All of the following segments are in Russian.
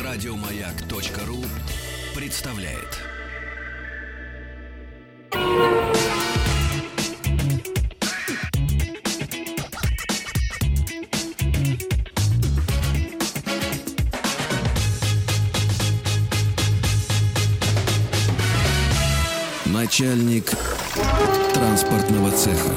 Радиомаяк.ру представляет. Начальник транспортного цеха.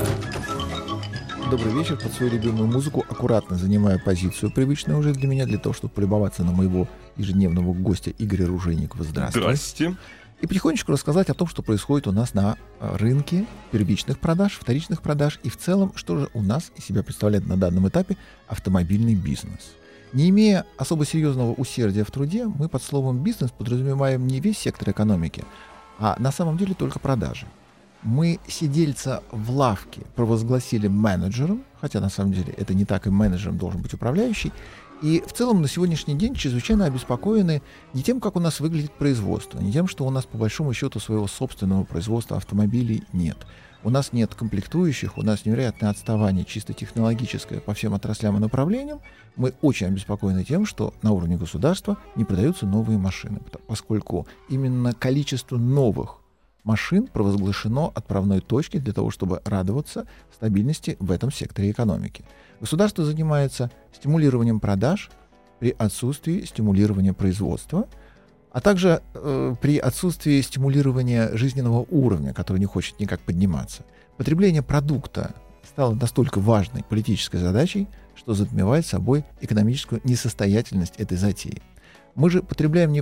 Добрый вечер. Под свою любимую музыку аккуратно занимаю позицию, привычную уже для меня, для того, чтобы полюбоваться на моего ежедневного гостя Игоря Ружейникова. Здравствуйте. Здрасте. И потихонечку рассказать о том, что происходит у нас на рынке первичных продаж, вторичных продаж и в целом, что же у нас из себя представляет на данном этапе автомобильный бизнес. Не имея особо серьезного усердия в труде, мы под словом «бизнес» подразумеваем не весь сектор экономики, а на самом деле только продажи. Мы сидельца в лавке провозгласили менеджером, хотя на самом деле это не так, и менеджером должен быть управляющий. И в целом на сегодняшний день чрезвычайно обеспокоены не тем, как у нас выглядит производство, не тем, что у нас по большому счету своего собственного производства автомобилей нет. У нас нет комплектующих, у нас невероятное отставание чисто технологическое по всем отраслям и направлениям. Мы очень обеспокоены тем, что на уровне государства не продаются новые машины, поскольку именно количество новых машин провозглашено отправной точкой для того, чтобы радоваться стабильности в этом секторе экономики. Государство занимается стимулированием продаж при отсутствии стимулирования производства, а также при отсутствии стимулирования жизненного уровня, который не хочет никак подниматься. Потребление продукта стало настолько важной политической задачей, что затмевает собой экономическую несостоятельность этой затеи. Мы же потребляем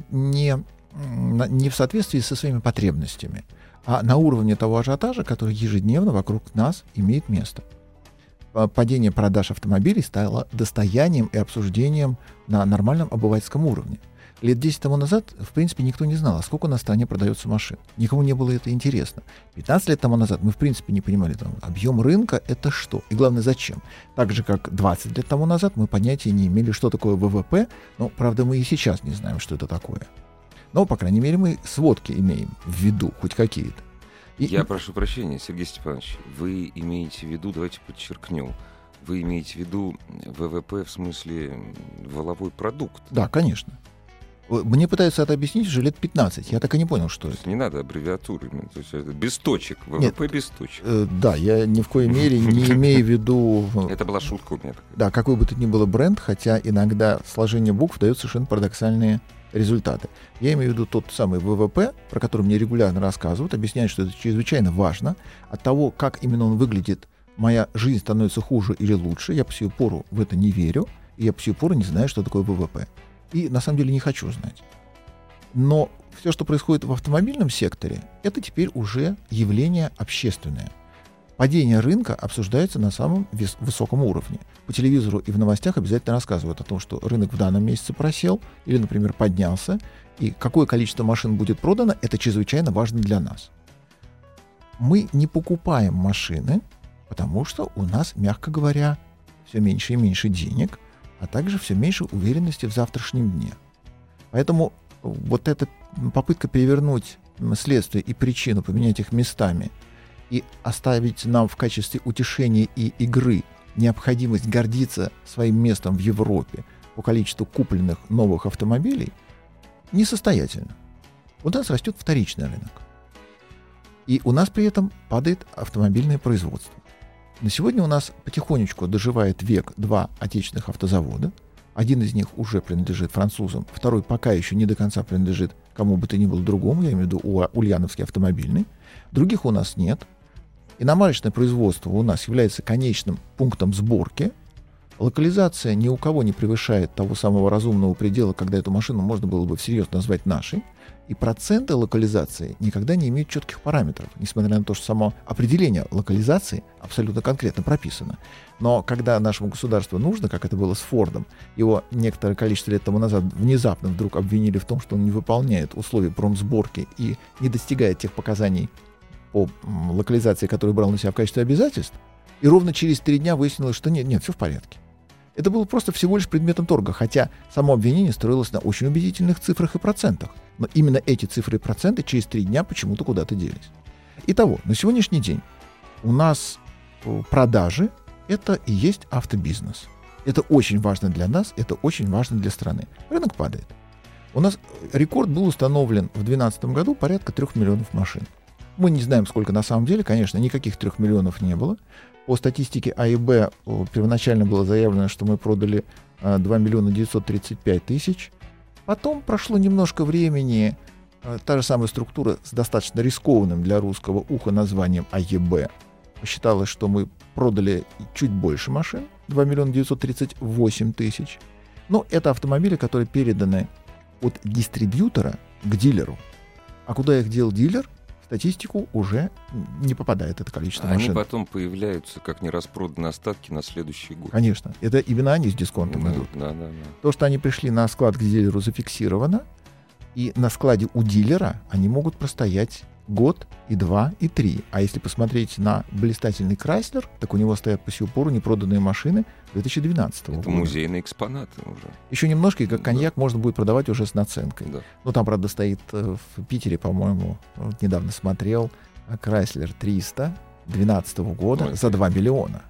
не в соответствии со своими потребностями, а на уровне того ажиотажа, который ежедневно вокруг нас имеет место. Падение продаж автомобилей стало достоянием и обсуждением на нормальном обывательском уровне. Лет 10 тому назад, в принципе, никто не знал, сколько на стране продается машин. Никому не было это интересно. 15 лет тому назад мы, в принципе, не понимали, объем рынка — это что? И главное, зачем? Так же, как 20 лет тому назад мы понятия не имели, что такое ВВП, но, правда, мы и сейчас не знаем, что это такое. Но, по крайней мере, мы сводки имеем в виду, хоть какие-то. Я прошу прощения, Сергей Степанович, вы имеете в виду, давайте подчеркнем, вы имеете в виду ВВП в смысле валовой продукт? Да, конечно. Мне пытаются это объяснить уже лет 15. Я так и не понял, что это. Не надо аббревиатурами. То есть это без точек. ВВП без точек. Да, я ни в коей мере не имею в виду... Это была шутка у меня такая. Да, какой бы то ни было бренд, хотя иногда сложение букв дает совершенно парадоксальные результаты. Я имею в виду тот самый ВВП, про который мне регулярно рассказывают, объясняют, что это чрезвычайно важно. От того, как именно он выглядит, моя жизнь становится хуже или лучше. Я по сию пору в это не верю, и я по сию пору не знаю, что такое ВВП. И на самом деле не хочу знать. Но все, что происходит в автомобильном секторе, это теперь уже явление общественное. Падение рынка обсуждается на самом высоком уровне. По телевизору и в новостях обязательно рассказывают о том, что рынок в данном месяце просел или, например, поднялся, и какое количество машин будет продано, это чрезвычайно важно для нас. Мы не покупаем машины, потому что у нас, мягко говоря, все меньше и меньше денег, а также все меньше уверенности в завтрашнем дне. Поэтому вот эта попытка перевернуть следствие и причину, поменять их местами и оставить нам в качестве утешения и игры необходимость гордиться своим местом в Европе по количеству купленных новых автомобилей, несостоятельно. У нас растет вторичный рынок. И у нас при этом падает автомобильное производство. На сегодня у нас потихонечку доживает век два отечественных автозавода. Один из них уже принадлежит французам, второй пока еще не до конца принадлежит кому бы то ни было другому, я имею в виду Ульяновский автомобильный. Других у нас нет. Иномарочное производство у нас является конечным пунктом сборки. Локализация ни у кого не превышает того самого разумного предела, когда эту машину можно было бы всерьез назвать нашей. И проценты локализации никогда не имеют четких параметров, несмотря на то, что само определение локализации абсолютно конкретно прописано. Но когда нашему государству нужно, как это было с Фордом, его некоторое количество лет тому назад внезапно вдруг обвинили в том, что он не выполняет условий промсборки и не достигает тех показаний по локализации, которые брал на себя в качестве обязательств, и ровно через 3 дня выяснилось, что нет, все в порядке. Это было просто всего лишь предметом торга, хотя само обвинение строилось на очень убедительных цифрах и процентах. Но именно эти цифры и проценты через 3 дня почему-то куда-то делись. Итого, на сегодняшний день у нас продажи — это и есть автобизнес. Это очень важно для нас, это очень важно для страны. Рынок падает. У нас рекорд был установлен в 2012 году порядка 3 миллионов машин. Мы не знаем, сколько на самом деле, конечно, никаких 3 миллионов не было. По статистике АИБ первоначально было заявлено, что мы продали 2 миллиона 935 тысяч. Потом прошло немножко времени, та же самая структура с достаточно рискованным для русского уха названием АЕБ посчитала, что мы продали чуть больше машин, 2 миллиона 938 тысяч. Но это автомобили, которые переданы от дистрибьютора к дилеру. А куда их дел дилер, в статистику уже не попадает это количество машин. Они потом появляются как нераспроданные остатки на следующий год. Конечно. Это именно они с дисконтом идут. Да. То, что они пришли на склад к дилеру, зафиксировано. И на складе у дилера они могут простоять год, и 2, и 3. А если посмотреть на блистательный Chrysler, так у него стоят по сию пору непроданные машины 2012 года. Это музейные экспонаты уже. Еще немножко, и как коньяк можно будет продавать уже с наценкой. Да. Ну, там, правда, стоит в Питере, по-моему, вот недавно смотрел, Chrysler 300 2012 года за 2 миллиона.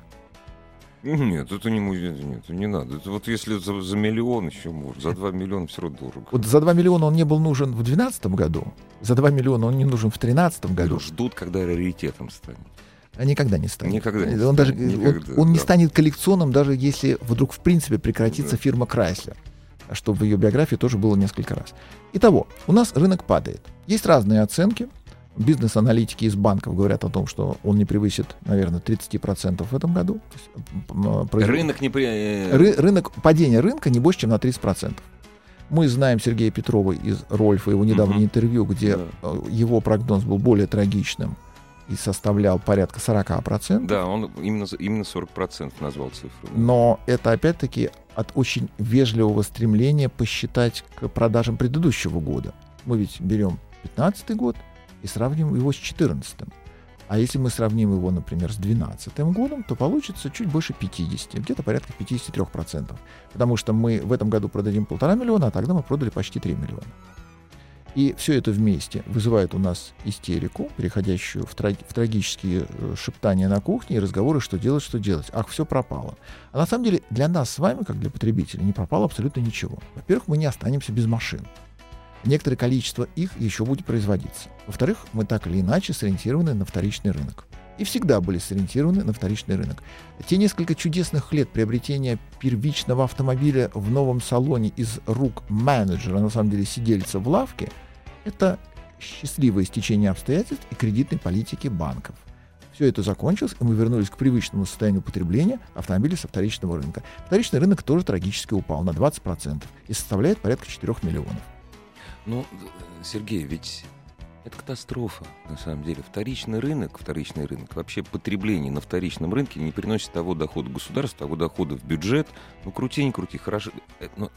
Нет, это не музей, нет, не надо. Это вот если за миллион еще можно, за 2 миллиона все равно дорого. Вот за 2 миллиона он не был нужен в 2012 году, за 2 миллиона он не нужен в 2013 году. Ждут, когда раритетом станет. А никогда не станет. Никогда не он станет. даже, Никогда, он не да. станет коллекционным, даже если вдруг в принципе прекратится Да. фирма Chrysler, что в ее биографии тоже было несколько раз. Итого, у нас рынок падает. Есть разные оценки. Бизнес-аналитики из банков говорят о том, что он не превысит, наверное, 30% в этом году. То есть, Рынок не рынок, падение рынка не больше, чем на 30%. Мы знаем Сергея Петрова из Рольфа, его недавнее интервью, где его прогноз был более трагичным и составлял порядка 40%. Да, он именно 40% назвал цифру. Но это, опять-таки, от очень вежливого стремления посчитать к продажам предыдущего года. Мы ведь берем 2015 год и сравним его с 2014. А если мы сравним его, например, с 2012 годом, то получится чуть больше 50, где-то порядка 53%. Потому что мы в этом году продадим 1,5 миллиона, а тогда мы продали почти 3 миллиона. И все это вместе вызывает у нас истерику, переходящую в трагические шептания на кухне и разговоры, что делать. Ах, все пропало. А на самом деле для нас с вами, как для потребителей, не пропало абсолютно ничего. Во-первых, мы не останемся без машин. Некоторое количество их еще будет производиться. Во-вторых, мы так или иначе сориентированы на вторичный рынок. И всегда были сориентированы на вторичный рынок. Те несколько чудесных лет приобретения первичного автомобиля в новом салоне из рук менеджера, на самом деле сидельца в лавке, это счастливое стечение обстоятельств и кредитной политики банков. Все это закончилось, и мы вернулись к привычному состоянию потребления автомобилей со вторичного рынка. Вторичный рынок тоже трагически упал на 20% и составляет порядка 4 миллионов. Ну, Сергей, ведь это катастрофа, на самом деле. Вторичный рынок, вообще потребление на вторичном рынке не приносит того дохода государства, того дохода в бюджет. Ну, крути, не крути, хорошо. Но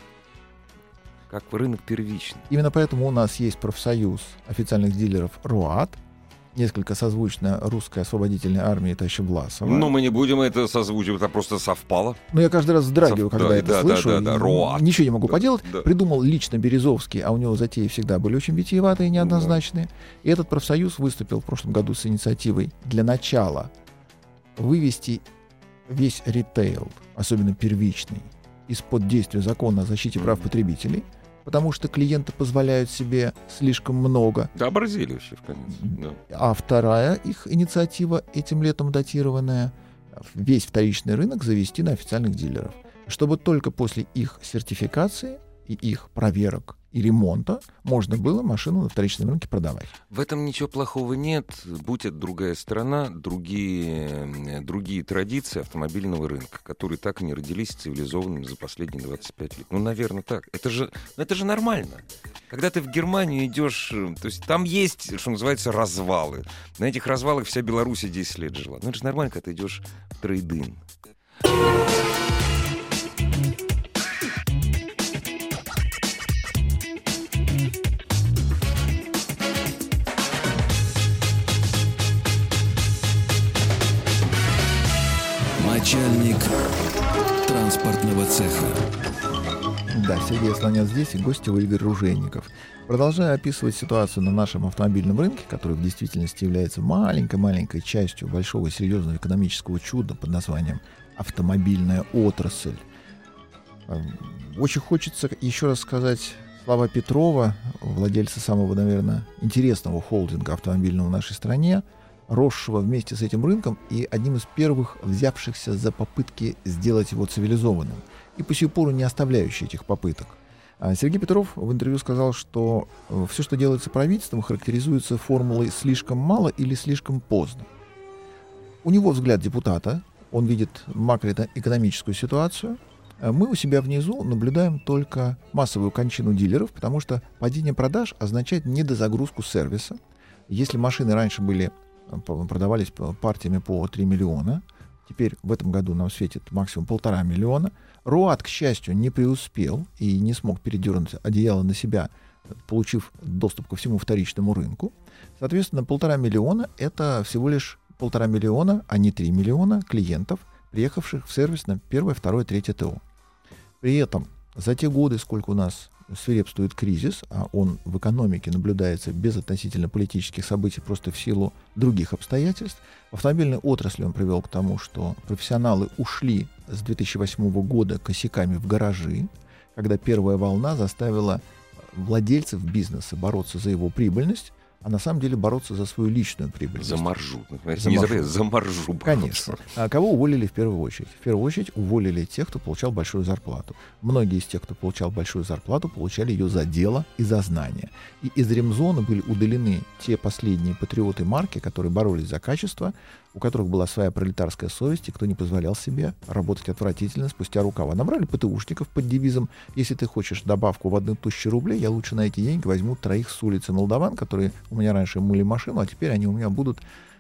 как рынок первичный. Именно поэтому у нас есть профсоюз официальных дилеров РОАД, несколько созвучно русской освободительной армии товарища Власова. Но мы не будем это созвучивать, это просто совпало. Но я каждый раз вздрагиваю, когда это слышу. РОАД. Ничего не могу поделать. Да. Придумал лично Березовский, а у него затеи всегда были очень витиеватые и неоднозначные. И этот профсоюз выступил в прошлом году с инициативой для начала вывести весь ритейл, особенно первичный, из-под действия закона о защите прав потребителей, потому что клиенты позволяют себе слишком много. Да, оборзели вообще, конечно. Да. А вторая их инициатива, этим летом датированная, весь вторичный рынок завести на официальных дилеров, чтобы только после их сертификации и их проверок и ремонта можно было машину на вторичном рынке продавать. В этом ничего плохого нет. Будь это другая страна, другие традиции автомобильного рынка, которые так и не родились цивилизованными за последние 25 лет. Ну, наверное, так. Это же нормально. Когда ты в Германию идешь, то есть там есть, что называется, развалы. На этих развалах вся Беларусь 10 лет жила. Ну, это же нормально, когда ты идешь в трейд-ин. Начальник транспортного цеха. Да, Сергей Слонец здесь и гость его Игорь Ружейников. Продолжая описывать ситуацию на нашем автомобильном рынке, который в действительности является маленькой частью большого серьезного экономического чуда под названием автомобильная отрасль. Очень хочется еще раз сказать слова Петрова, владельца самого, наверное, интересного холдинга автомобильного в нашей стране, росшего вместе с этим рынком и одним из первых взявшихся за попытки сделать его цивилизованным, и по сей пору не оставляющий этих попыток. Сергей Петров в интервью сказал, что все, что делается правительством, характеризуется формулой «слишком мало» или «слишком поздно». У него взгляд депутата, он видит макроэкономическую ситуацию. Мы у себя внизу наблюдаем только массовую кончину дилеров, потому что падение продаж означает недозагрузку сервиса. Если машины раньше продавались партиями по 3 миллиона, теперь в этом году нам светит максимум 1,5 миллиона. РУАТ, к счастью, не преуспел и не смог передернуть одеяло на себя, получив доступ ко всему вторичному рынку. Соответственно, 1,5 миллиона — это всего лишь 1,5 миллиона, а не 3 миллиона клиентов, приехавших в сервис на 1, 2, 3 ТО. При этом за те годы, сколько у нас свирепствует кризис, а он в экономике наблюдается без относительно политических событий, просто в силу других обстоятельств, в автомобильной отрасли он привел к тому, что профессионалы ушли с 2008 года косяками в гаражи, когда первая волна заставила владельцев бизнеса бороться за его прибыльность, а на самом деле бороться за свою личную прибыль. За маржу. За маржу. Конечно. А кого уволили в первую очередь? В первую очередь уволили тех, кто получал большую зарплату. Многие из тех, кто получал большую зарплату, получали ее за дело и за знания. И из ремзона были удалены те последние патриоты марки, которые боролись за качество, у которых была своя пролетарская совесть, и кто не позволял себе работать отвратительно спустя рукава. Набрали ПТУшников под девизом: если ты хочешь добавку в 1000 рублей, я лучше на эти деньги возьму 3 с улицы молдаван, которые у меня раньше мыли машину, а теперь они у меня будут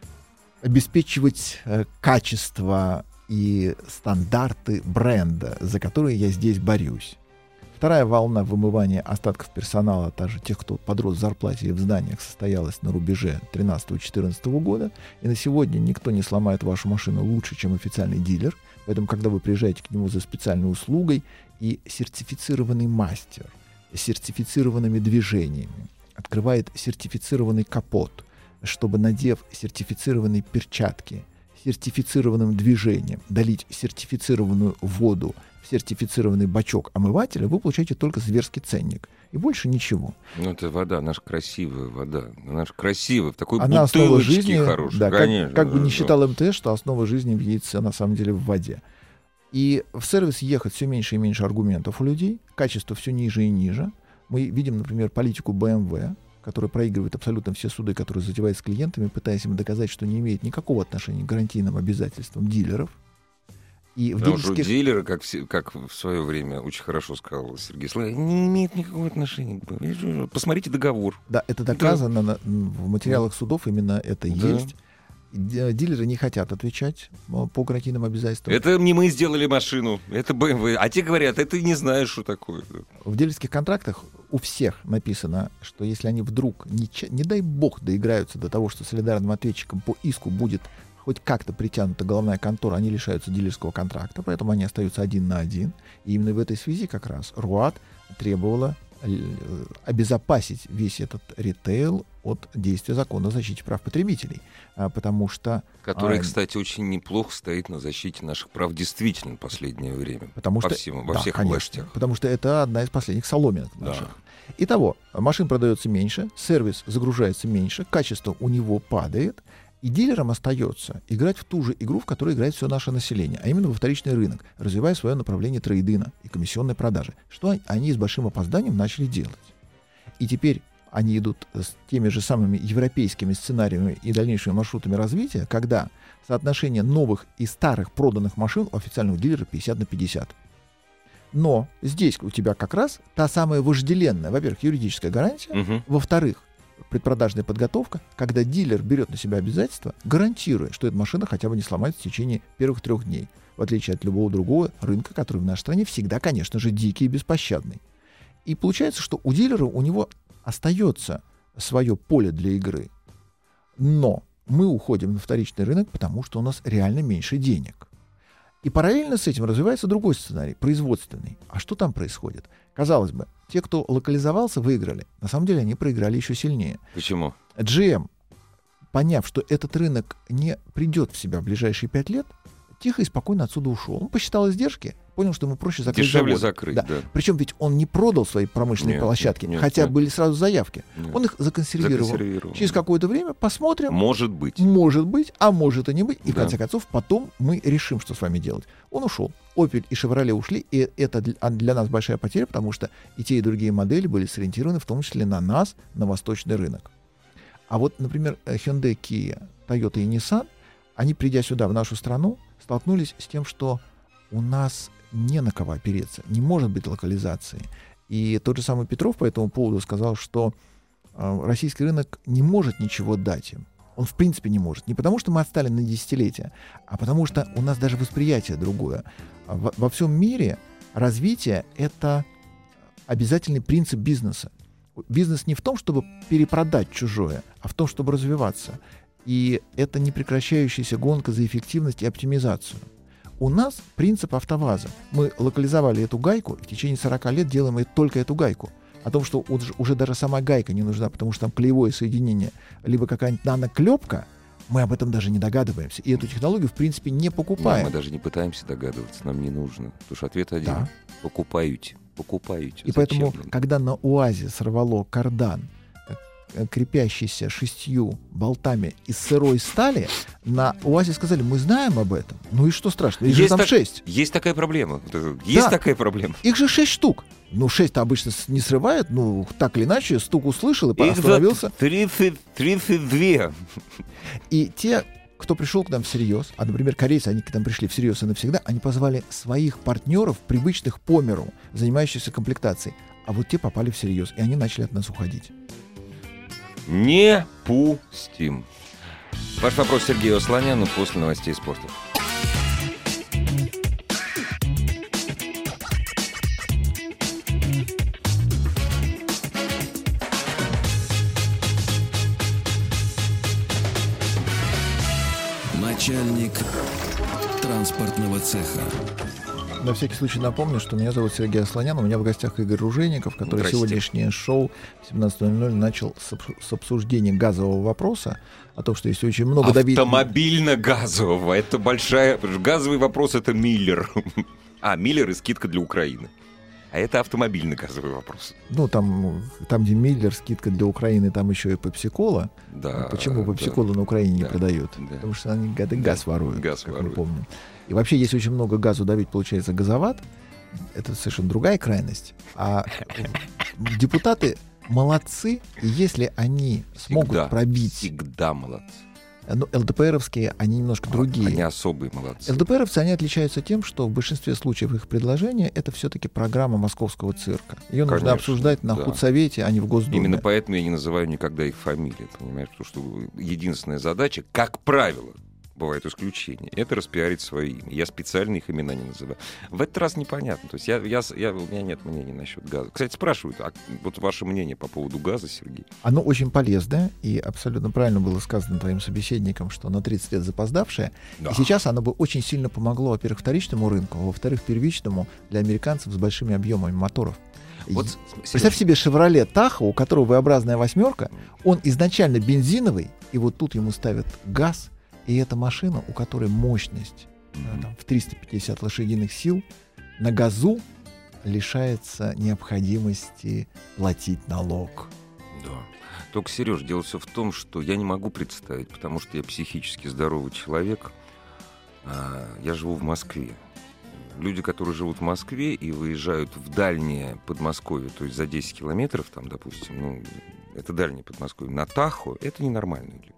обеспечивать качество и стандарты бренда, за которые я здесь борюсь. Вторая волна вымывания остатков персонала, также тех, кто подрос в зарплате и в зданиях, состоялась на рубеже 2013-2014 года. И на сегодня никто не сломает вашу машину лучше, чем официальный дилер. Поэтому, когда вы приезжаете к нему за специальной услугой, и сертифицированный мастер с сертифицированными движениями открывает сертифицированный капот, чтобы, надев сертифицированные перчатки, сертифицированным движением долить сертифицированную воду в сертифицированный бачок омывателя, вы получаете только зверский ценник. И больше ничего. Ну, это вода, наша красивая вода. Она же красивая, в такой она бутылочке жизни, хорошей. Да, конечно. как бы не считал МТС, что основа жизни в яйце на самом деле в воде. И в сервис ехать все меньше и меньше аргументов у людей, качество все ниже и ниже. Мы видим, например, политику BMW, которая проигрывает абсолютно все суды, которые затевает с клиентами, пытаясь им доказать, что не имеет никакого отношения к гарантийным обязательствам дилеров. И Потому что дилеры, как в свое время очень хорошо сказал Сергей Славович, не имеет никакого отношения. Посмотрите договор. Да, это доказано в материалах судов, именно это есть. Дилеры не хотят отвечать по гарантийным обязательствам. Это не мы сделали машину, это BMW. А те говорят, это ты не знаешь, что такое. В дилерских контрактах у всех написано, что если они вдруг, не дай бог, доиграются до того, что солидарным ответчиком по иску будет хоть как-то притянута головная контора, они лишаются дилерского контракта, поэтому они остаются 1 на 1. И именно в этой связи как раз РУАТ требовала обезопасить весь этот ритейл от действия закона о защите прав потребителей, потому что... Который, кстати, очень неплохо стоит на защите наших прав действительно в последнее время. Потому что, во всех областях. Потому что это одна из последних соломинок наших. Итого, машин продается меньше, сервис загружается меньше, качество у него падает, и дилерам остается играть в ту же игру, в которой играет все наше население, а именно во вторичный рынок, развивая свое направление трейдина и комиссионной продажи, что они с большим опозданием начали делать. И теперь они идут с теми же самыми европейскими сценариями и дальнейшими маршрутами развития, когда соотношение новых и старых проданных машин у официального дилера 50 на 50. Но здесь у тебя как раз та самая вожделенная, во-первых, юридическая гарантия, во-вторых, предпродажная подготовка, когда дилер берет на себя обязательства, гарантируя, что эта машина хотя бы не сломается в течение первых 3 дней, в отличие от любого другого рынка, который в нашей стране всегда, конечно же, дикий и беспощадный. И получается, что у дилера у него остается свое поле для игры, но мы уходим на вторичный рынок, потому что у нас реально меньше денег. И параллельно с этим развивается другой сценарий, производственный. А что там происходит? Казалось бы, те, кто локализовался, выиграли. На самом деле они проиграли еще сильнее. Почему? GM, поняв, что этот рынок не придет в себя в ближайшие 5 лет, тихо и спокойно отсюда ушел. Он посчитал издержки, понял, что ему проще закрыть Дешевле завод. закрыть, да. Причем ведь он не продал свои промышленные площадки, хотя были сразу заявки. Нет. Он их законсервировал. Через какое-то время посмотрим. Может быть, а может и не быть. И в конце концов потом мы решим, что с вами делать. Он ушел. Opel и Chevrolet ушли, и это для нас большая потеря, потому что и те, и другие модели были сориентированы в том числе на нас, на восточный рынок. А вот, например, Hyundai, Kia, Toyota и Nissan, они, придя сюда, в нашу страну, столкнулись с тем, что у нас не на кого опереться, не может быть локализации. И тот же самый Петров по этому поводу сказал, что российский рынок не может ничего дать им. Он в принципе не может. Не потому, что мы отстали на десятилетия, а потому что у нас даже восприятие другое. Во всем мире развитие — это обязательный принцип бизнеса. Бизнес не в том, чтобы перепродать чужое, а в том, чтобы развиваться. И это непрекращающаяся гонка за эффективность и оптимизацию. У нас принцип АвтоВАЗа. Мы локализовали эту гайку, и в течение 40 лет делаем только эту гайку. О том, что уже даже сама гайка не нужна, потому что там клеевое соединение, либо какая-нибудь наноклепка, мы об этом даже не догадываемся. И эту технологию, в принципе, не покупаем. Мы даже не пытаемся догадываться, нам не нужно. Потому что ответ один. Да. Покупаете. И поэтому, когда на УАЗе сорвало кардан, крепящийся 6 болтами из сырой стали, на УАЗе сказали: мы знаем об этом. Ну и что страшно? Их же там 6. Есть такая проблема. Есть такая проблема. Их же 6 штук. Ну, 6-то обычно не срывает, ну, так или иначе, стук услышал и остановился. 32. И те, кто пришел к нам всерьез, а, например, корейцы, они к нам пришли всерьез и навсегда, они позвали своих партнеров, привычных по миру, занимающихся комплектацией. А вот те попали всерьез, и они начали от нас уходить. Не пустим. Ваш вопрос Сергею Асланяну после новостей спорта. Начальник транспортного цеха. На всякий случай напомню, что меня зовут Сергей Асланян. У меня в гостях Игорь Ружейников, который сегодняшнее шоу в 17:00 начал с обсуждения газового вопроса. О том, что есть очень много автомобильно-газового. Это большая... Газовый вопрос — это Миллер. Миллер и скидка для Украины. А это автомобильно-газовый вопрос. Ну, там, где Миллер, скидка для Украины, там еще и Пепси-кола. Да, почему Пепси-колу на Украине не продают? Да. Потому что они газ воруют, мы помним. И вообще, если очень много газу давить, получается газоват. Это совершенно другая крайность. А депутаты молодцы, и если они смогут пробить... Всегда молодцы. Ну, ЛДПРовские, они немножко другие. Они особые молодцы. ЛДПРовцы, они отличаются тем, что в большинстве случаев их предложения — это все-таки программа московского цирка. Ее нужно обсуждать на худсовете, а не в Госдуме. Именно поэтому я не называю никогда их фамилии, понимаешь? Потому что единственная задача, как правило, бывают исключения, это распиарить свое имя. Я специально их имена не называю. В этот раз непонятно. То есть у меня нет мнения насчет газа. Кстати, спрашивают, вот ваше мнение по поводу газа, Сергей? Оно очень полезное, и абсолютно правильно было сказано твоим собеседником, что оно 30 лет запоздавшее. Да. И сейчас оно бы очень сильно помогло, во-первых, вторичному рынку, а во-вторых, первичному для американцев с большими объемами моторов. Вот, представь себе Chevrolet Tahoe, у которого V-образная восьмерка, он изначально бензиновый, и вот тут ему ставят газ. И эта машина, у которой мощность в 350 лошадиных сил, на газу лишается необходимости платить налог. Да. Только, Сереж, дело все в том, что я не могу представить, потому что я психически здоровый человек. Я живу в Москве. Люди, которые живут в Москве и выезжают в дальнее Подмосковье, то есть за 10 километров, там, допустим, это дальнее Подмосковье, на Тахо, это ненормальные люди.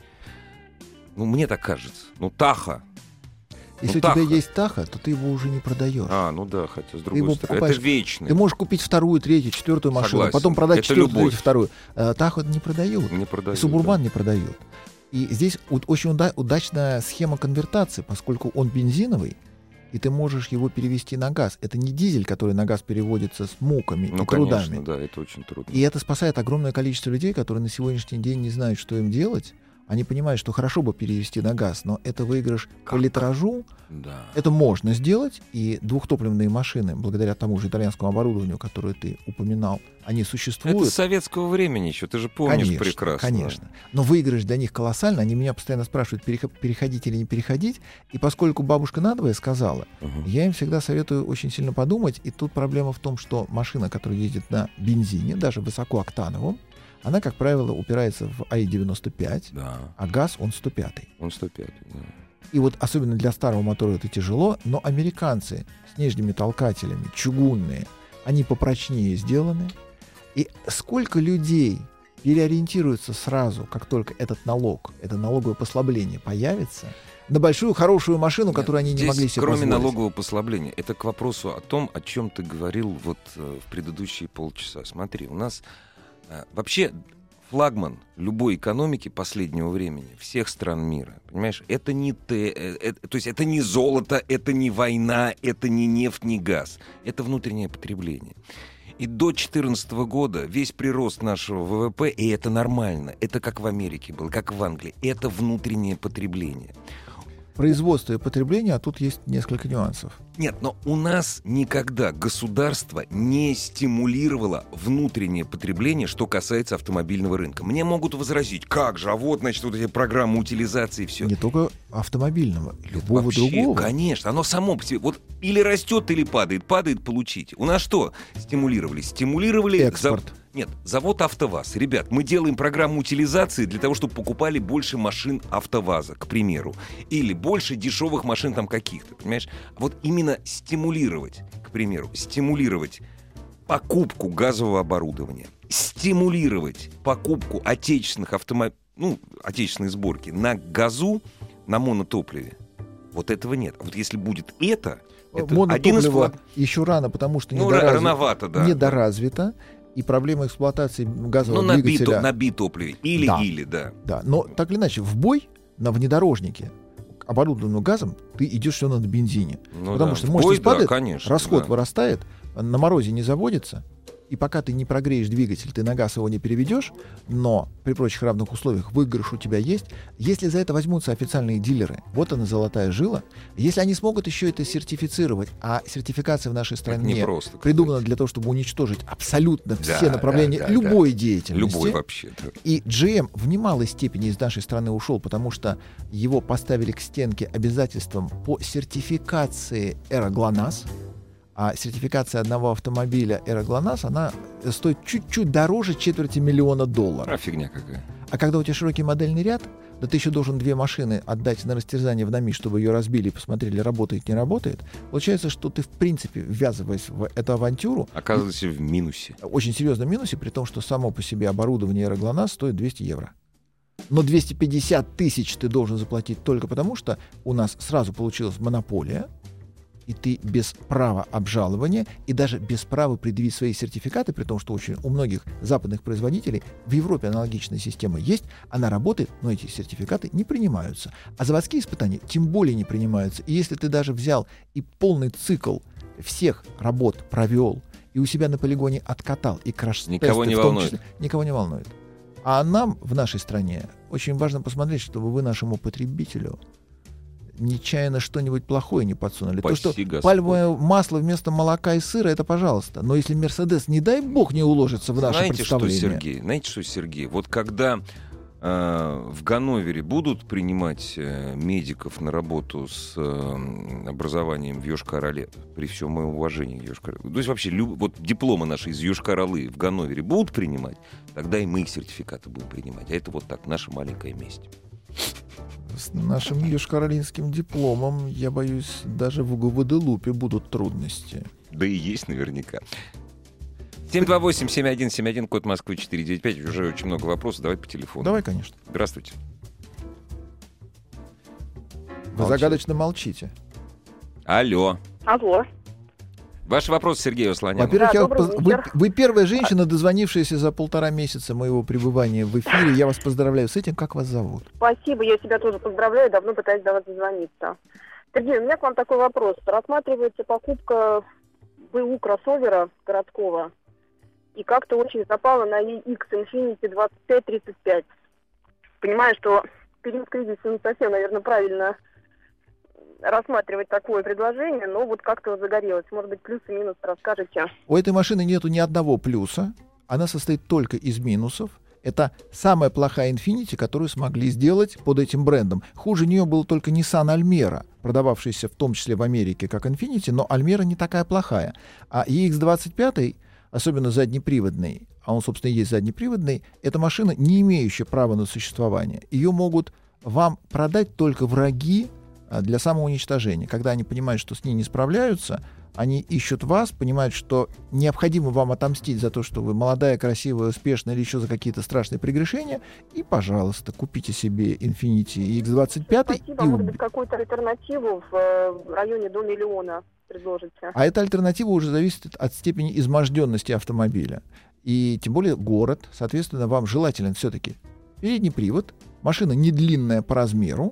Мне так кажется. Таха. Если у тебя есть Таха, то ты его уже не продаешь. Хотя с другой стороны. Это вечно. Ты можешь купить вторую, третью, четвертую машину, потом продать четвертую, третью, вторую. Таху не продают. И Субурбан не продают. И здесь очень удачная схема конвертации, поскольку он бензиновый, и ты можешь его перевести на газ. Это не дизель, который на газ переводится с муками и трудами. Конечно, да, это очень трудно. И это спасает огромное количество людей, которые на сегодняшний день не знают, что им делать. Они понимают, что хорошо бы перевести на газ, но это выигрыш по литражу. Да. Это можно сделать, и двухтопливные машины, благодаря тому же итальянскому оборудованию, которое ты упоминал, они существуют. Это с советского времени еще, ты же помнишь, конечно, прекрасно. Конечно. Но выигрыш для них колоссальный. Они меня постоянно спрашивают, переходить или не переходить. И поскольку бабушка надвое сказала, я им всегда советую очень сильно подумать. И тут проблема в том, что машина, которая ездит на бензине, даже высокооктановом, она, как правило, упирается в АИ-95, Да. а газ, он 105-й. Он 105, да. И вот особенно для старого мотора это тяжело, но американцы с нижними толкателями, чугунные, они попрочнее сделаны. И сколько людей переориентируются сразу, как только этот налог, это налоговое послабление появится, на большую хорошую машину, которую они не могли себе кроме позволить. налогового послабления, это к вопросу о том, о чем ты говорил вот в предыдущие полчаса. Смотри, у нас вообще флагман любой экономики последнего времени, всех стран мира, понимаешь, это не то есть это не золото, это не война, это не нефть, не газ, это внутреннее потребление. И до 2014 года весь прирост нашего ВВП, и это нормально, это как в Америке было, как в Англии, это внутреннее потребление. Производство и потребление, а тут есть несколько нюансов. Нет, но у нас никогда государство не стимулировало внутреннее потребление, что касается автомобильного рынка. Мне могут возразить, как же, а вот, значит, вот эти программы утилизации и все. Не только автомобильного, любого Вообще, другого. Конечно, оно само по себе. Вот или растет, или падает. Падает, получите. У нас что стимулировали? Стимулировали экспорт. Нет, завод АвтоВАЗ. Ребят, мы делаем программу утилизации для того, чтобы покупали больше машин АвтоВАЗа, к примеру. Или больше дешевых машин там каких-то, понимаешь? Вот именно стимулировать, к примеру, стимулировать покупку газового оборудования, стимулировать покупку отечественных отечественной сборки на газу, на монотопливе. Вот этого нет. А вот если будет это Монотопливо еще рано, потому что рановато, да. недоразвито. И проблема эксплуатации газового двигателя... на битопливе. Или, да. Да, но так или иначе, в бой на внедорожнике, оборудованном газом, ты идешь все равно на бензине. Потому что мощность падает, конечно, расход вырастает, на морозе не заводится. И пока ты не прогреешь двигатель, ты на газ его не переведешь, но при прочих равных условиях выигрыш у тебя есть. Если за это возьмутся официальные дилеры, вот она золотая жила, если они смогут еще это сертифицировать, а сертификация в нашей стране придумана для того, чтобы уничтожить абсолютно все направления любой деятельности. Любой вообще. Да. И GM в немалой степени из нашей страны ушел, потому что его поставили к стенке обязательством по сертификации Эра-ГЛОНАСС. А сертификация одного автомобиля Эра-ГЛОНАСС, она стоит чуть-чуть дороже $250 000. А фигня какая. А когда у тебя широкий модельный ряд, да ты еще должен 2 машины отдать на растерзание в НАМИ, чтобы ее разбили и посмотрели, работает, не работает. Получается, что ты, в принципе, ввязываясь в эту авантюру... Оказываешься в минусе. Очень серьезном минусе, при том, что само по себе оборудование Эра-ГЛОНАСС стоит 200 евро. Но 250 000 ты должен заплатить только потому, что у нас сразу получилась монополия, и ты без права обжалования и даже без права предъявить свои сертификаты, при том, что очень у многих западных производителей в Европе аналогичная система есть, она работает, но эти сертификаты не принимаются. А заводские испытания тем более не принимаются. И если ты даже взял и полный цикл всех работ провел, и у себя на полигоне откатал, и краш-тесты никого не волнует. Никого не волнует. А нам в нашей стране очень важно посмотреть, чтобы вы нашему потребителю нечаянно что-нибудь плохое не подсунули. Спаси То, что Господь. пальмовое масло вместо молока и сыра, это пожалуйста. Но если Мерседес, не дай бог, не уложится в наше представление. Знаете что, Сергей? Вот когда в Ганновере будут принимать медиков на работу с образованием в Йошкар-Оле, при всем моем уважении к Йошкар-Оле, то есть вообще вот дипломы наши из Йошкар-Олы в Ганновере будут принимать, тогда и мы их сертификаты будем принимать. А это вот так, наша маленькая месть. С нашим йошкар-олинским дипломом, я боюсь, даже в Гваделупе будут трудности. Да и есть наверняка. 728-7171, код Москвы 495. Уже очень много вопросов. Давай по телефону. Давай, конечно. Здравствуйте. Вы загадочно молчите. Алло. Алло. Ваш вопрос, Сергей Асланян. Во-первых, вы первая женщина, дозвонившаяся за 1,5 месяца моего пребывания в эфире. Я вас поздравляю с этим. Как вас зовут? Спасибо, я тебя тоже поздравляю. Давно пытаюсь до вас дозвониться. Сергей, у меня к вам такой вопрос. Рассматривается покупка БУ кроссовера городского. И как-то очень запала на X Infiniti 2535. Понимаю, что период кризиса не совсем, наверное, правильно рассматривать такое предложение, но вот как-то загорелось. Может быть, плюсы и минусы расскажете. У этой машины нету ни одного плюса. Она состоит только из минусов. Это самая плохая Infiniti, которую смогли сделать под этим брендом. Хуже нее был только Nissan Almera, продававшийся в том числе в Америке как Infiniti, но Almera не такая плохая. А EX25, особенно заднеприводный, а он, собственно, и есть заднеприводный, это машина, не имеющая права на существование. Ее могут вам продать только враги для самоуничтожения. Когда они понимают, что с ней не справляются, они ищут вас, понимают, что необходимо вам отомстить за то, что вы молодая, красивая, успешная или еще за какие-то страшные прегрешения, и, пожалуйста, купите себе Infiniti X25. Спасибо. Может быть, какую-то альтернативу в районе до миллиона предложите? А эта альтернатива уже зависит от степени изможденности автомобиля. И тем более город, соответственно, вам желателен все-таки передний привод, машина не длинная по размеру.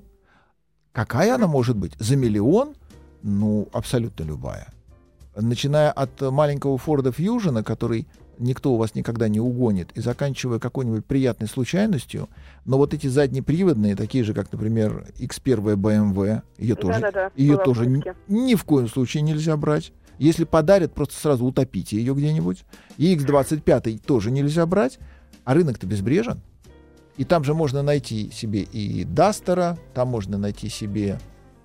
Какая она может быть? За миллион? Ну, абсолютно любая. Начиная от маленького Ford Fusion, который никто у вас никогда не угонит, и заканчивая какой-нибудь приятной случайностью, но вот эти заднеприводные, такие же, как, например, X1 BMW, ее тоже ни в коем случае нельзя брать. Если подарят, просто сразу утопите ее где-нибудь. И X25 тоже нельзя брать, а рынок-то безбрежен. И там же можно найти себе и Дастера, там можно найти себе...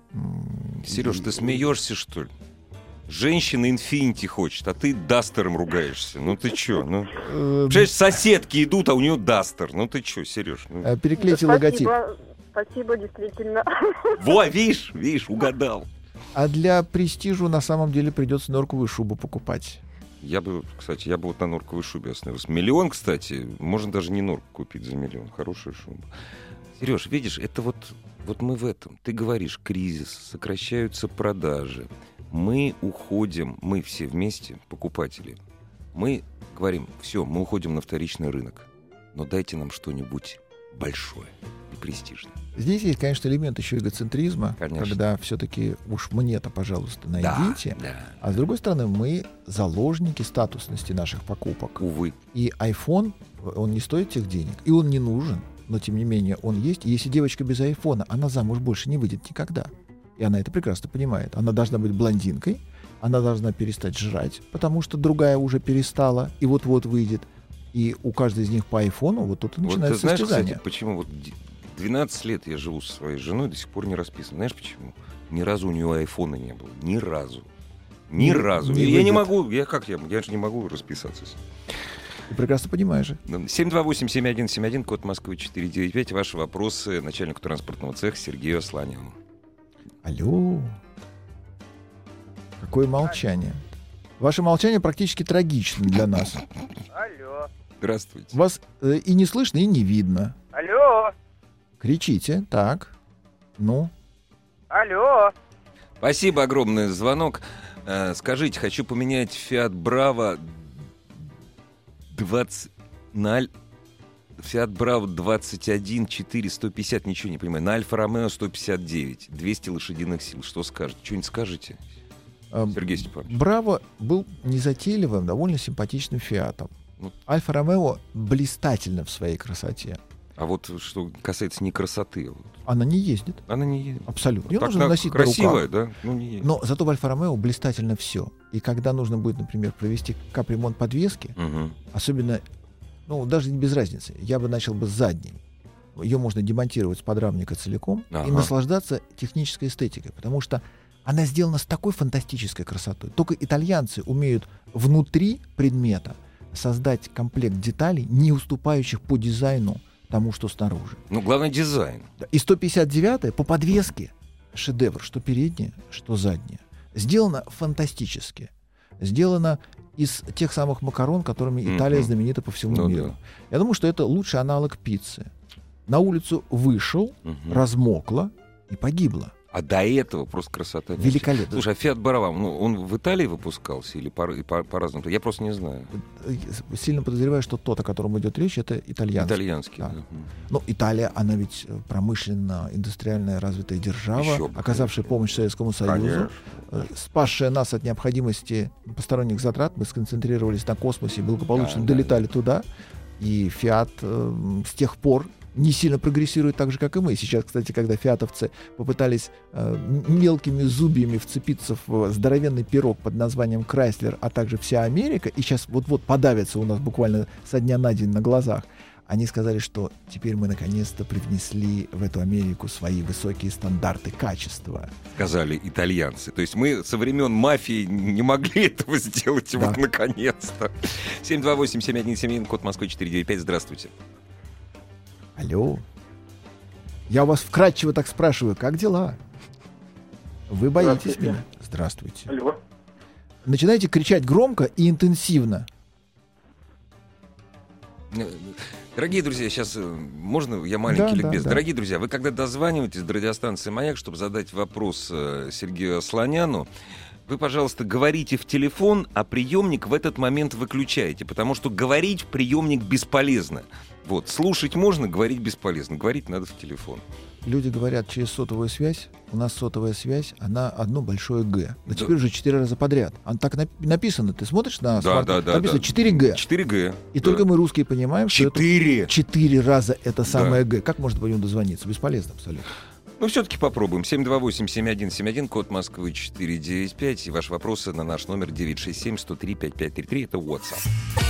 Сереж, ты смеешься, что ли? Женщина Infiniti хочет, а ты Дастером ругаешься. Ну ты чё? Ну, представляешь, соседки идут, а у нее Дастер. Ну ты чё, Сереж? Ну... Переклейте логотип. Спасибо, действительно. Во, видишь, угадал. А для престижа на самом деле придется норковую шубу покупать. Я бы вот на норковой шубе остановился. Миллион, кстати, можно даже не норку купить за миллион. Хорошая шуба. Сереж, видишь, это вот мы в этом. Ты говоришь, кризис, сокращаются продажи. Мы уходим, мы все вместе, покупатели. Мы говорим, все, мы уходим на вторичный рынок. Но дайте нам что-нибудь большое и престижное. Здесь есть, конечно, элемент еще эгоцентризма, конечно. Когда все-таки уж мне-то, пожалуйста, найдите. Да. А с другой стороны, мы заложники статусности наших покупок. Увы. И iPhone, он не стоит тех денег, и он не нужен, но тем не менее он есть. И если девочка без айфона, она замуж больше не выйдет никогда. И она это прекрасно понимает. Она должна быть блондинкой, она должна перестать жрать, потому что другая уже перестала и вот-вот выйдет. И у каждой из них по айфону вот тут и начинается состязание. Кстати, знаешь, почему вот 12 лет я живу со своей женой, до сих пор не расписан. Знаешь почему? Ни разу у нее айфона не было. Ни разу. Я не могу, я же не могу расписаться. Ты прекрасно понимаешь. 728-7171, код Москвы 495. Ваши вопросы начальнику транспортного цеха Сергею Асланяну. Алло. Какое молчание. Ваше молчание практически трагично для нас. Алло. Здравствуйте. Вас и не слышно, и не видно. Алло. Кричите. Так. Ну. Алло. Спасибо огромное за звонок. Скажите, хочу поменять Fiat Bravo 20 на Fiat Bravo 21 4 150, ничего не понимаю. На Альфа Ромео 159, 200 лошадиных сил. Что скажете? Что-нибудь скажете, Сергей Степанович? Браво был незатейливым, довольно симпатичным Фиатом. Альфа Ромео блистательна в своей красоте. А вот что касается не красоты. Она не ездит. Она не едет. Абсолютно. Ее так нужно носить красивая, на руках. Да? Ну, не едет. Но зато в Альфа Ромео блистательно все. И когда нужно будет, например, провести капремонт подвески, особенно, даже без разницы, я бы начал бы с задней. Ее можно демонтировать с подрамника целиком и наслаждаться технической эстетикой, потому что она сделана с такой фантастической красотой. Только итальянцы умеют внутри предмета создать комплект деталей, не уступающих по дизайну тому, что снаружи. Главное дизайн. И 159-я по подвеске шедевр, что передняя, что задняя. Сделано фантастически. Сделано из тех самых макарон, которыми Италия знаменита по всему миру. Да. Я думаю, что это лучший аналог пиццы. На улицу вышел, размокло и погибло. А до этого просто красота. Великолепно. Слушай, а Fiat Bravo, он в Италии выпускался или по-разному? Я просто не знаю. Сильно подозреваю, что тот, о котором идет речь, это итальянский. Итальянский, да. Но Италия, она ведь промышленно-индустриальная развитая держава, оказавшая помощь Советскому Союзу, спасшая нас от необходимости посторонних затрат. Мы сконцентрировались на космосе и благополучно долетали туда. И Fiat с тех пор не сильно прогрессирует так же, как и мы. Сейчас, кстати, когда фиатовцы попытались мелкими зубьями вцепиться в здоровенный пирог под названием Chrysler, а также вся Америка, и сейчас вот-вот подавятся у нас буквально со дня на день на глазах, они сказали, что теперь мы наконец-то привнесли в эту Америку свои высокие стандарты качества. Сказали итальянцы. То есть мы со времен мафии не могли этого сделать, вот наконец-то. 728-7171, код Москвы 495. Здравствуйте. Алло. Я у вас вкратчиво так спрашиваю, как дела? Вы боитесь меня? Здравствуйте. Алло. Начинайте кричать громко и интенсивно. Дорогие друзья, сейчас можно я маленький ликбез? Да. Дорогие друзья, вы когда дозваниваетесь до радиостанции «Маяк», чтобы задать вопрос Сергею Асланяну, вы, пожалуйста, говорите в телефон, а приемник в этот момент выключаете, потому что говорить в приемник бесполезно. Вот, слушать можно, говорить бесполезно. Говорить надо в телефон. Люди говорят через сотовую связь. У нас сотовая связь, она одно большое «Г». Да теперь уже 4 раза подряд. Она так написано. Ты смотришь на смартфон? Написано 4G. 4G. И только мы, русские, понимаем, что это 4 раза это самое «Г». Как может по нему дозвониться? Бесполезно абсолютно. Ну, все-таки попробуем. 728-7171, код Москвы 495. И ваши вопросы на наш номер 967-103-5533. Это WhatsApp.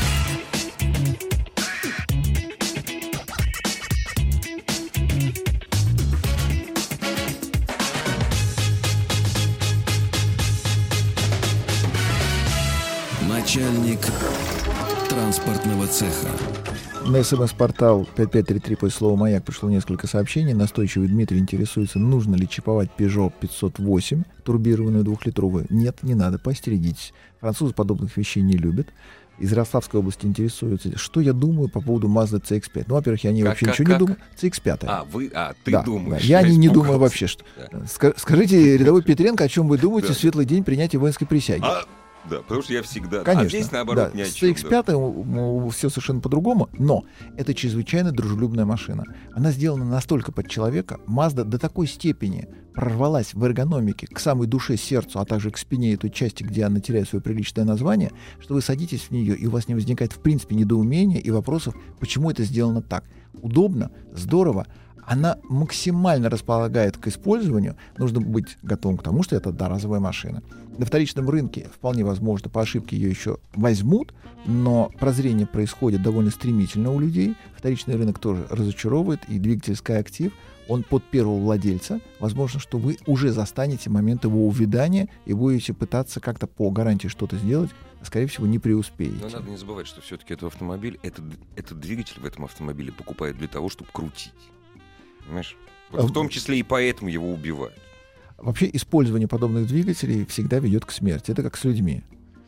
Начальник транспортного цеха. На СМС-портал 5533 после слова «Маяк» пришло несколько сообщений. Настойчивый Дмитрий интересуется, нужно ли чиповать Peugeot 508, турбированную двухлитровую. Нет, не надо, поостерегитесь. Французы подобных вещей не любят. Из Ростовской области интересуется, что я думаю по поводу Mazda CX-5. Ну, во-первых, я вообще ничего не думаю. CX-5. Ты думаешь. Я не думаю вообще, что... Да. Скажите, рядовой Петренко, о чем вы думаете в светлый день принятия воинской присяги? Да, потому что я всегда... Конечно, а здесь, наоборот, ни о с чем. С CX-5 все совершенно по-другому, но это чрезвычайно дружелюбная машина. Она сделана настолько под человека. Mazda до такой степени прорвалась в эргономике к самой душе, сердцу, а также к спине той части, где она теряет свое приличное название, что вы садитесь в нее, и у вас не возникает, в принципе, недоумения и вопросов, почему это сделано так. Удобно, здорово. Она максимально располагает к использованию. Нужно быть готовым к тому, что это одноразовая машина. На вторичном рынке вполне возможно, по ошибке ее еще возьмут, но прозрение происходит довольно стремительно у людей. Вторичный рынок тоже разочаровывает, и двигатель Skyactiv, он под первого владельца. Возможно, что вы уже застанете момент его увядания и будете пытаться как-то по гарантии что-то сделать, а, скорее всего, не преуспеете. Но надо не забывать, что все-таки этот автомобиль, этот двигатель в этом автомобиле покупают для того, чтобы крутить. Понимаешь? Вот в том числе и поэтому его убивают. Вообще использование подобных двигателей всегда ведет к смерти. Это как с людьми.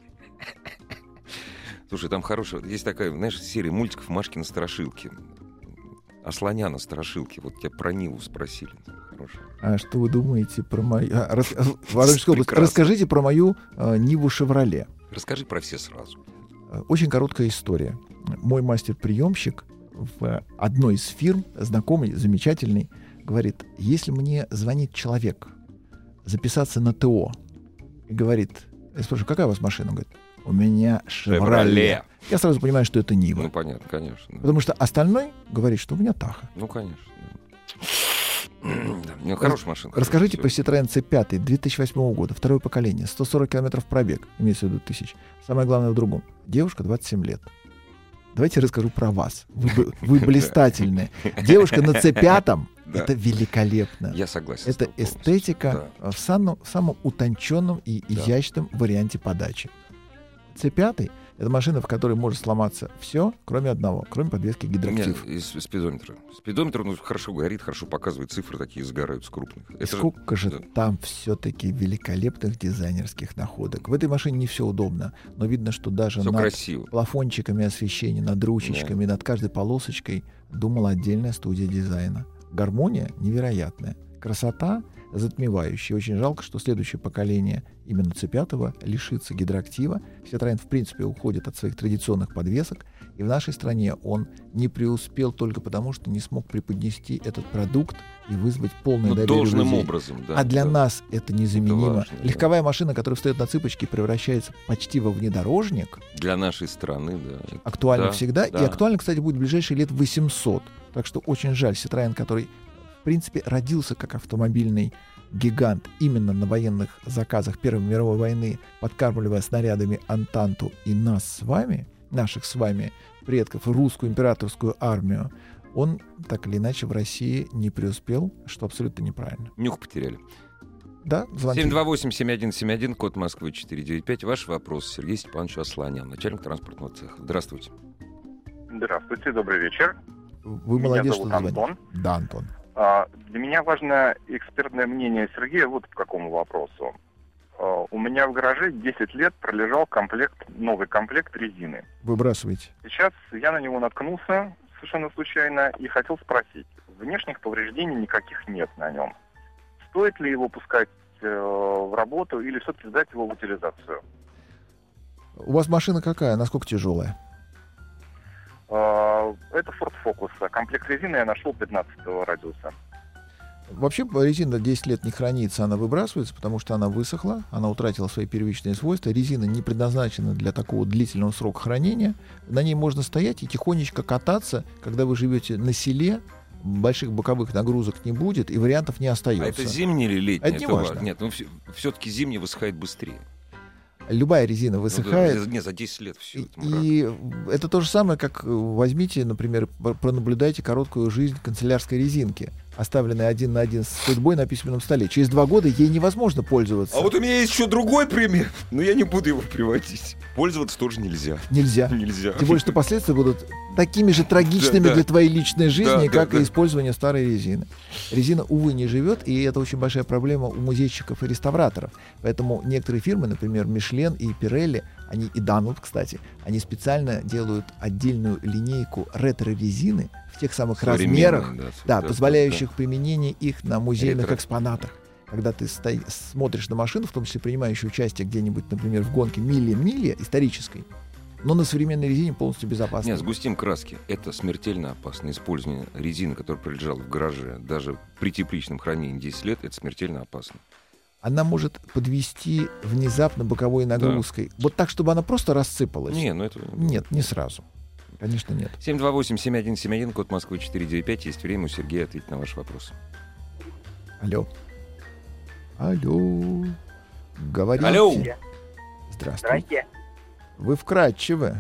Слушай, там хорошая... Есть такая, знаешь, серия мультиков «Машкины страшилки». Асланяна страшилки. Вот тебя про Ниву спросили. Хорошая. А что вы думаете про мою... Воронежская область. Расскажите про мою Ниву «Шевроле». Расскажи про все сразу. Очень короткая история. Мой мастер-приемщик в одной из фирм, знакомый, замечательный, говорит, если мне звонит человек записаться на ТО и говорит, я спрашиваю, какая у вас машина? Он говорит, у меня «Шевроле». Я сразу понимаю, что это Нива. Ну, понятно, конечно. Да. Потому что остальной говорит, что у меня Таха. Ну, конечно. Да. Хорошая машина. Расскажите про Citroёn C5 2008 года, второе поколение, 140 километров пробег, имеется в виду тысяч. Самое главное в другом. Девушка 27 лет. Давайте я расскажу про вас. Вы блистательные. Девушка на C5 это великолепно. Я согласен. Это эстетика в самом утонченном и изящном варианте подачи. C5 это машина, в которой может сломаться все, кроме одного, кроме подвески гидроактив. Нет, спидометра. Спидометр, хорошо горит, хорошо показывает, цифры такие загораются крупные. Сколько же там все-таки великолепных дизайнерских находок. В этой машине не все удобно, но видно, что даже все над красиво. Плафончиками освещения, над ручечками, над каждой полосочкой думала отдельная студия дизайна. Гармония невероятная. Красота затмевающая. Очень жалко, что следующее поколение именно C5 лишится гидроактива. Citroёn, в принципе, уходит от своих традиционных подвесок. И в нашей стране он не преуспел только потому, что не смог преподнести этот продукт и вызвать полное доверие должным людей. Образом, да. А для нас это незаменимо. Это важно, легковая машина, которая встает на цыпочки и превращается почти во внедорожник. Для нашей страны, да. Актуально всегда. Да. И актуально, кстати, будет в ближайшие лет 800. Так что очень жаль, Citroën, который, в принципе, родился как автомобильный гигант именно на военных заказах Первой мировой войны, подкармливая снарядами Антанту и нас с вами, наших с вами предков, русскую императорскую армию, он так или иначе в России не преуспел, что абсолютно неправильно. Нюх потеряли. Да, звоните. 728-7171, код Москвы 495. Ваш вопрос Сергею Степановичу Асланяну, начальник транспортного цеха. Здравствуйте. Здравствуйте, добрый вечер. Вы Меня молодец, зовут что звоните. Антон. Да, Антон. Для меня важно экспертное мнение Сергея вот по какому вопросу. У меня в гараже 10 лет пролежал новый комплект резины. Выбрасывайте. Сейчас я на него наткнулся совершенно случайно и хотел спросить. Внешних повреждений никаких нет на нем. Стоит ли его пускать в работу или все-таки сдать его в утилизацию? У вас машина какая? Насколько тяжелая? Это Ford Focus. Комплект резины я нашел 15-го радиуса. Вообще резина 10 лет не хранится, она выбрасывается, потому что она высохла, она утратила свои первичные свойства. Резина не предназначена для такого длительного срока хранения. На ней можно стоять и тихонечко кататься, когда вы живете на селе, больших боковых нагрузок не будет, и вариантов не остается. А это зимний или летний? Это не важно. Нет, ну все-таки зимний высыхает быстрее. Любая резина высыхает. Ну, нет, за 10 лет все. И это то же самое, как возьмите, например, пронаблюдайте короткую жизнь канцелярской резинки, оставленной 1 на 1 с судьбой на письменном столе. Через 2 года ей невозможно пользоваться. А вот у меня есть еще другой пример, но я не буду его приводить. Пользоваться тоже нельзя. Нельзя. Тем более, что последствия будут такими же трагичными для твоей личной жизни, как и использование старой резины. Резина, увы, не живет, и это очень большая проблема у музейщиков и реставраторов. Поэтому некоторые фирмы, например, Michelin и Pirelli, они и Dunlop, кстати, они специально делают отдельную линейку ретро-резины в тех самых размерах, позволяющих применение их на музейных экспонатах. Когда ты смотришь на машину, в том числе принимающую участие где-нибудь, например, в гонке мили исторической, но на современной резине полностью безопасно. Нет, сгустим краски. Это смертельно опасно. Использование резины, которая пролежала в гараже, даже при тепличном хранении 10 лет, это смертельно опасно. Она может подвести внезапно боковой нагрузкой. Да. Вот так, чтобы она просто рассыпалась. Нет, не сразу. Конечно, нет. 728-7171, код Москвы 495. Есть время у Сергея ответить на ваш вопрос. Алло. Говорите. Алло. Здравствуйте. Вы вкрадчивы.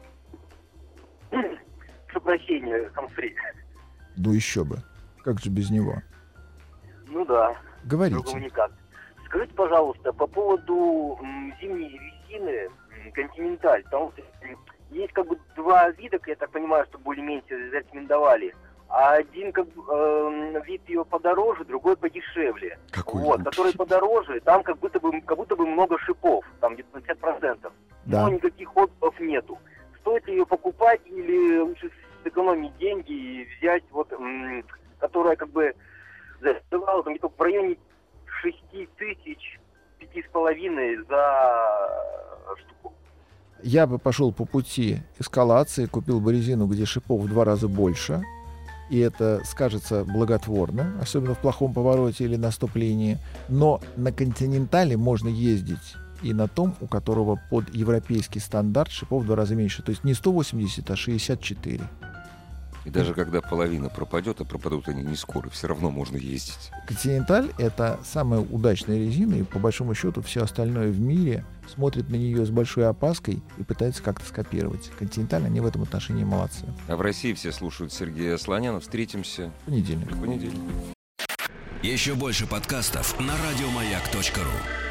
Прошу прощения, Хамфри. Ну еще бы. Как же без него? Ну да. Говорите. Другого никак. Скажите, пожалуйста, по поводу зимней резины Continental. Там есть как бы 2 вида, я так понимаю, что более-менее зарекомендовали. А один вид ее подороже, другой подешевле. Какой? Который подороже, там как будто бы много шипов, там где-то 50%. Да. Но никаких отзывов нету. Стоит ли ее покупать или лучше сэкономить деньги и взять которая как бы задавала там где-то в районе 6 тысяч, 5,5 за штуку. Я бы пошел по пути эскалации, купил бы резину, где шипов в 2 раза больше, и это скажется благотворно, особенно в плохом повороте или на стоп-линии. Но на Континентале можно ездить и на том, у которого под европейский стандарт шипов в 2 раза меньше. То есть не 180, а 64. И даже когда половина пропадет, а пропадут они не скоро, все равно можно ездить. Континенталь — это самая удачная резина, и по большому счету все остальное в мире смотрит на нее с большой опаской и пытается как-то скопировать. Континенталь, они в этом отношении молодцы. А в России все слушают Сергея Асланяна. Встретимся в понедельник. В понедельник. Еще больше подкастов на радиомаяк.ру.